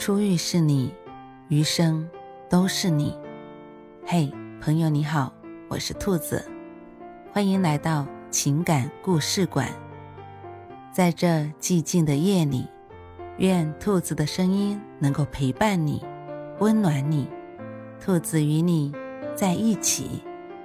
初遇是你，余生都是你。嘿，朋友你好，我是兔子，欢迎来到情感故事馆。在这寂静的夜里，愿兔子的声音能够陪伴你，温暖你。兔子与你在一起。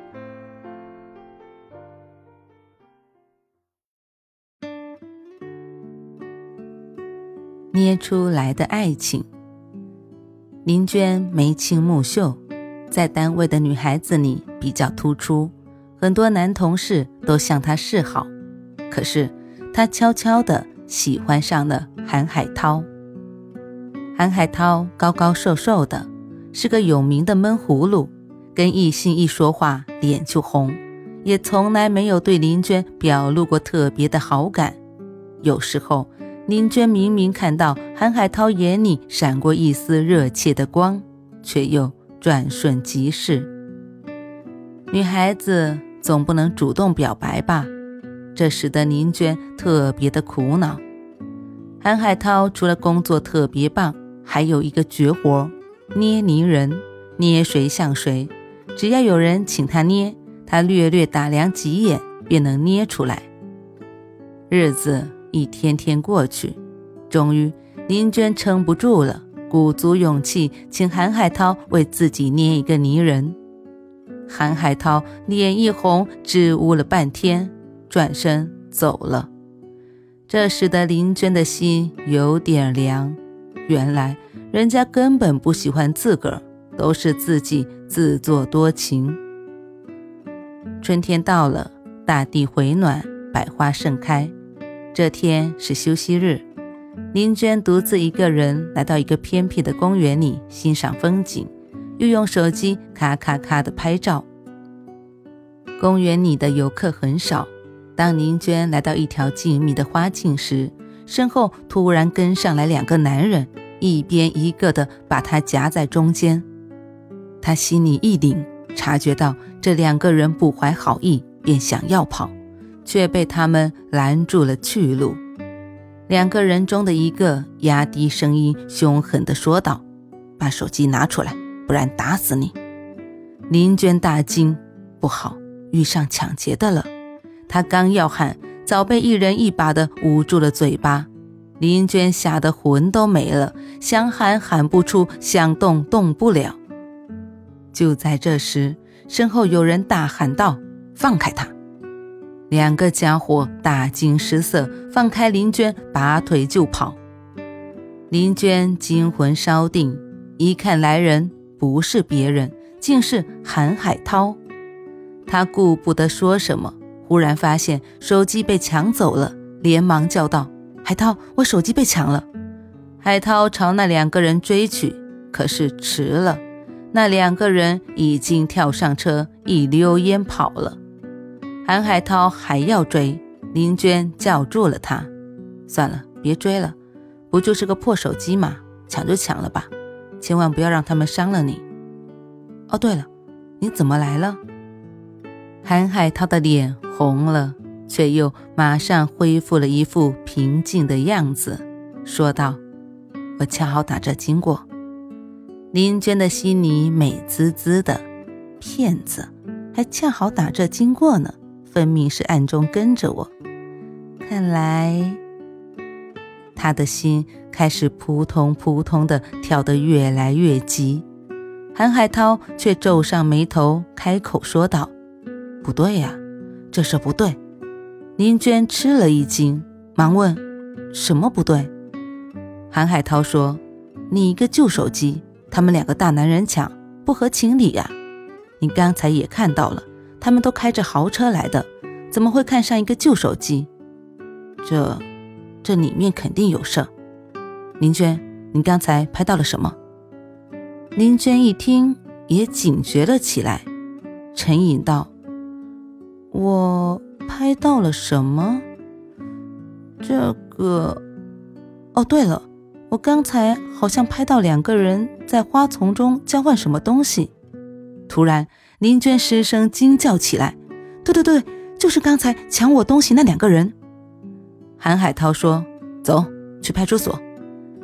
捏出来的爱情。林娟眉清目秀，在单位的女孩子里比较突出，很多男同事都向她示好。可是她悄悄地喜欢上了韩海涛。韩海涛高高瘦瘦的，是个有名的闷葫芦，跟异性一说话脸就红，也从来没有对林娟表露过特别的好感。有时候林娟明明看到韩海涛眼里闪过一丝热切的光，却又转瞬即逝。女孩子总不能主动表白吧，这使得林娟特别的苦恼。韩海涛除了工作特别棒，还有一个绝活，捏泥人，捏谁像谁，只要有人请他捏，他略略打量几眼便能捏出来。日子一天天过去，终于林娟撑不住了，鼓足勇气请韩海涛为自己捏一个泥人。韩海涛脸一红，支吾了半天，转身走了。这使得林娟的心有点凉，原来人家根本不喜欢自个儿，都是自己自作多情。春天到了，大地回暖，百花盛开。这天是休息日，林娟独自一个人来到一个偏僻的公园里欣赏风景，又用手机咔咔咔地拍照。公园里的游客很少，当林娟来到一条静谧的花径时，身后突然跟上来两个男人，一边一个的把她夹在中间。她心里一凛，察觉到这两个人不怀好意，便想要跑，却被他们拦住了去路。两个人中的一个压低声音凶狠地说道：把手机拿出来，不然打死你。林娟大惊，不好，遇上抢劫的了。她刚要喊，早被一人一把地捂住了嘴巴。林娟吓得魂都没了，想喊喊不出，想动动不了。就在这时，身后有人大喊道：放开他！两个家伙大惊失色，放开林娟，拔腿就跑。林娟惊魂稍定，一看来人不是别人，竟是韩海涛。她顾不得说什么，忽然发现手机被抢走了，连忙叫道：海涛，我手机被抢了。海涛朝那两个人追去，可是迟了，那两个人已经跳上车，一溜烟跑了。韩海涛还要追，林娟叫住了他：算了，别追了，不就是个破手机嘛，抢就抢了吧，千万不要让他们伤了你。哦，对了，你怎么来了？韩海涛的脸红了，却又马上恢复了一副平静的样子，说道：我恰好打这经过。林娟的心里美滋滋的，骗子，还恰好打这经过呢，分明是暗中跟着我。看来她的心开始扑通扑通的跳得越来越急。韩海涛却皱上眉头，开口说道：不对呀，这事不对。林娟吃了一惊，忙问：什么不对？韩海涛说：你一个旧手机，他们两个大男人抢，不合情理呀。你刚才也看到了，他们都开着豪车来的，怎么会看上一个旧手机？这里面肯定有事。林娟，你刚才拍到了什么？林娟一听也警觉了起来，沉吟道：我拍到了什么？这个……哦，对了，我刚才好像拍到两个人在花丛中交换什么东西。突然，林娟失声惊叫起来：对，就是刚才抢我东西那两个人。韩海涛说：走，去派出所。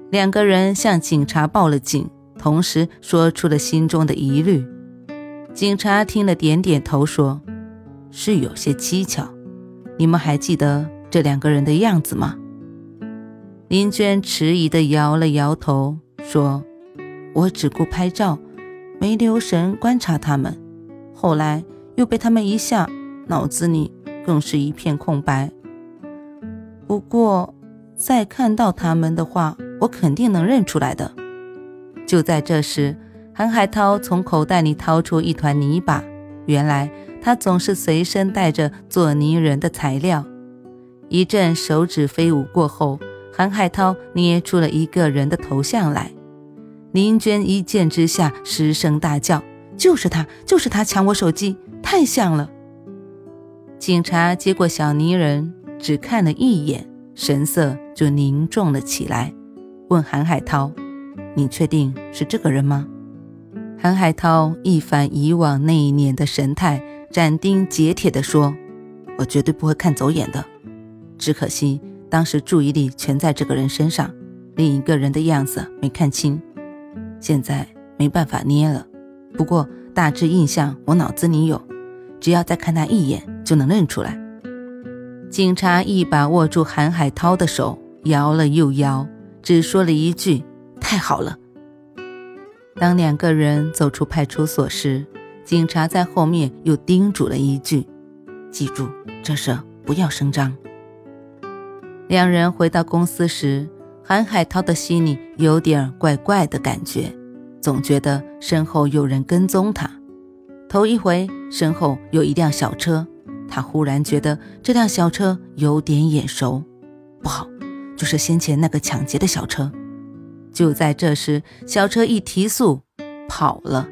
两个人向警察报了警，同时说出了心中的疑虑。警察听了点点头说，是有些蹊跷，你们还记得这两个人的样子吗？林娟迟疑地摇了摇头说，我只顾拍照，没留神观察他们，后来又被他们一吓，脑子里更是一片空白。不过再看到他们的话，我肯定能认出来的。就在这时，韩海涛从口袋里掏出一团泥巴，原来他总是随身带着做泥人的材料。一阵手指飞舞过后，韩海涛捏出了一个人的头像来。林娟一见之下失声大叫，就是他，就是他抢我手机，太像了。警察接过小泥人，只看了一眼，神色就凝重了起来，问韩海涛，你确定是这个人吗？韩海涛一反以往那一年的神态，斩钉截铁地说，我绝对不会看走眼的，只可惜当时注意力全在这个人身上，另一个人的样子没看清，现在没办法捏了，不过大致印象我脑子里有，只要再看他一眼就能认出来。警察一把握住韩海涛的手，摇了又摇，只说了一句，太好了。当两个人走出派出所时，警察在后面又叮嘱了一句，记住，这事不要声张。两人回到公司时，韩海涛的心里有点怪怪的感觉，总觉得身后有人跟踪他。头一回身后有一辆小车，他忽然觉得这辆小车有点眼熟，不好，就是先前那个抢劫的小车。就在这时，小车一提速跑了。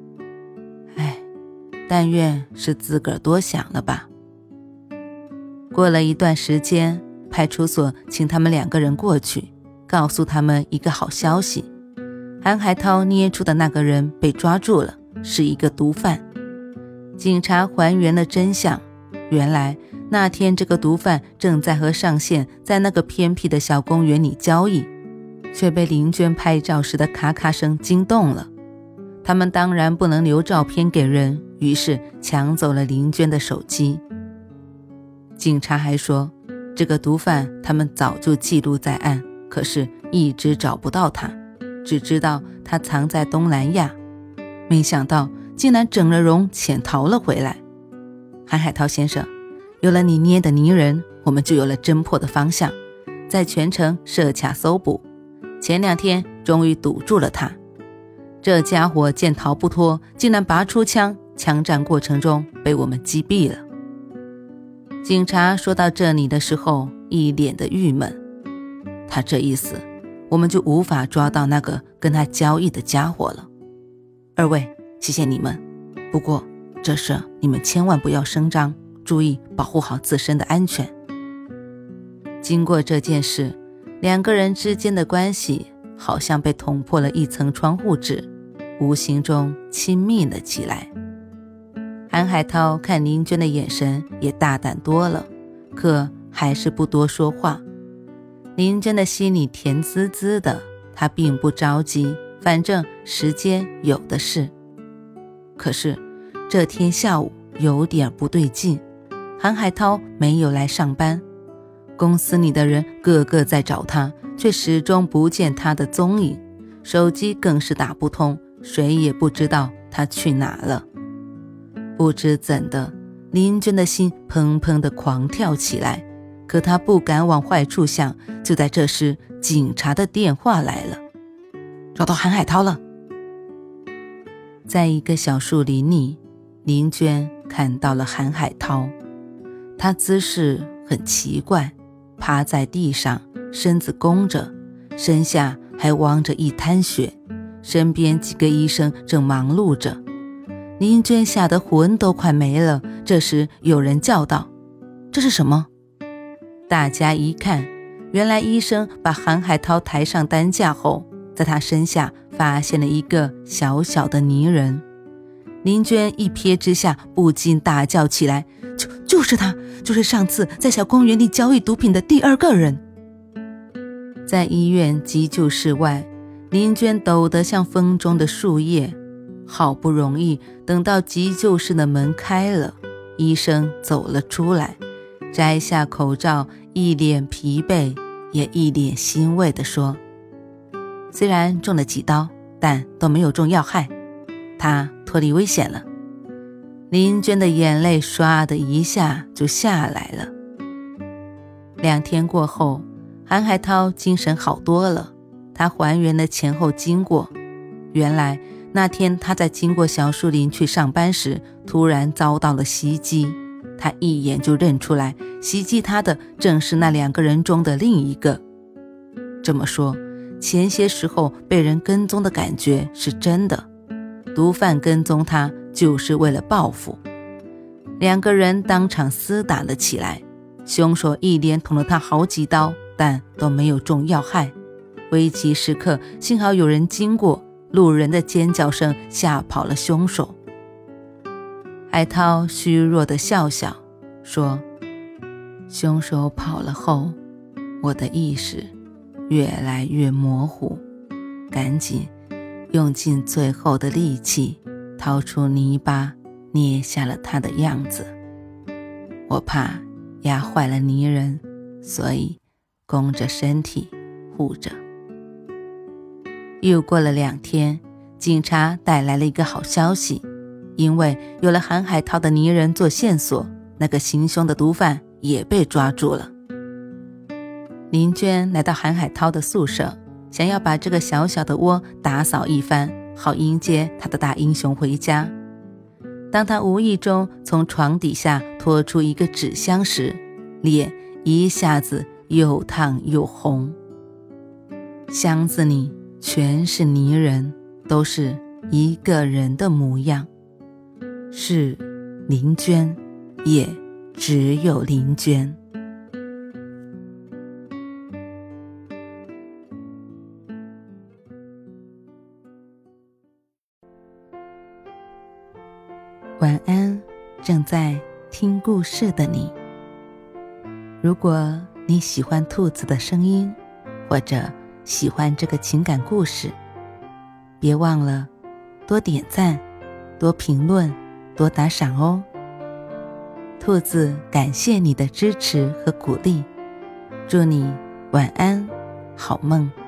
但愿是自个儿多想了吧。过了一段时间，派出所请他们两个人过去，告诉他们一个好消息，韩海涛捏出的那个人被抓住了，是一个毒贩。警察还原了真相，原来那天这个毒贩正在和上线在那个偏僻的小公园里交易，却被林娟拍照时的咔咔声惊动了。他们当然不能留照片给人，于是抢走了林娟的手机。警察还说，这个毒贩他们早就记录在案，可是一直找不到他，只知道他藏在东南亚，没想到竟然整了容潜逃了回来。韩海涛先生，有了你捏的泥人，我们就有了侦破的方向，在全城设卡搜捕，前2天终于堵住了他。这家伙见逃不脱，竟然拔出枪，枪战过程中被我们击毙了。警察说到这里的时候，一脸的郁闷，他这一死，我们就无法抓到那个跟他交易的家伙了。二位，谢谢你们，不过这事你们千万不要声张，注意保护好自身的安全。经过这件事，两个人之间的关系好像被捅破了一层窗户纸，无形中亲密了起来。韩海涛看林娟的眼神也大胆多了，可还是不多说话。林娟的心里甜滋滋的，她并不着急，反正时间有的是。可是这天下午有点不对劲，韩海涛没有来上班，公司里的人个个在找他，却始终不见他的踪影，手机更是打不通，谁也不知道他去哪了。不知怎的，林娟的心砰砰地狂跳起来，可她不敢往坏处想。就在这时，警察的电话来了，找到韩海涛了。在一个小树林里，林娟看到了韩海涛，他姿势很奇怪，趴在地上，身子弓着，身下还汪着一滩血，身边几个医生正忙碌着。林娟吓得魂都快没了，这时有人叫道，这是什么？大家一看，原来医生把韩海涛抬上担架后，在他身下发现了一个小小的泥人。林娟一瞥之下不禁大叫起来，就是他，就是上次在小公园里交易毒品的第2个人。 在医院急救室外，林娟抖得像风中的树叶，好不容易等到急救室的门开了，医生走了出来，摘下口罩，一脸疲惫也一脸欣慰地说，虽然中了几刀，但都没有中要害，他脱离危险了。林娟的眼泪唰的一下就下来了。2天过后，韩海涛精神好多了，他还原了前后经过。原来那天他在经过小树林去上班时，突然遭到了袭击，他一眼就认出来，袭击他的正是那2个人中的另一个。这么说，前些时候被人跟踪的感觉是真的，毒贩跟踪他就是为了报复。2个人当场厮打了起来，凶手一连捅了他好几刀，但都没有中要害。危急时刻，幸好有人经过，路人的尖叫声吓跑了凶手。海涛虚弱地笑笑说，凶手跑了后，我的意识越来越模糊，赶紧用尽最后的力气掏出泥巴，捏下了他的样子。我怕压坏了泥人，所以弓着身体护着。又过了2天，警察带来了一个好消息，因为有了韩海涛的泥人做线索，那个行凶的毒贩也被抓住了。林娟来到韩海涛的宿舍，想要把这个小小的窝打扫一番，好迎接他的大英雄回家。当他无意中从床底下拖出一个纸箱时，脸一下子又烫又红。箱子里全是泥人，都是一个人的模样，是林娟，也只有林娟。晚安，正在听故事的你。如果你喜欢兔子的声音，或者喜欢这个情感故事，别忘了多点赞、多评论、多打赏哦。兔子感谢你的支持和鼓励，祝你晚安，好梦。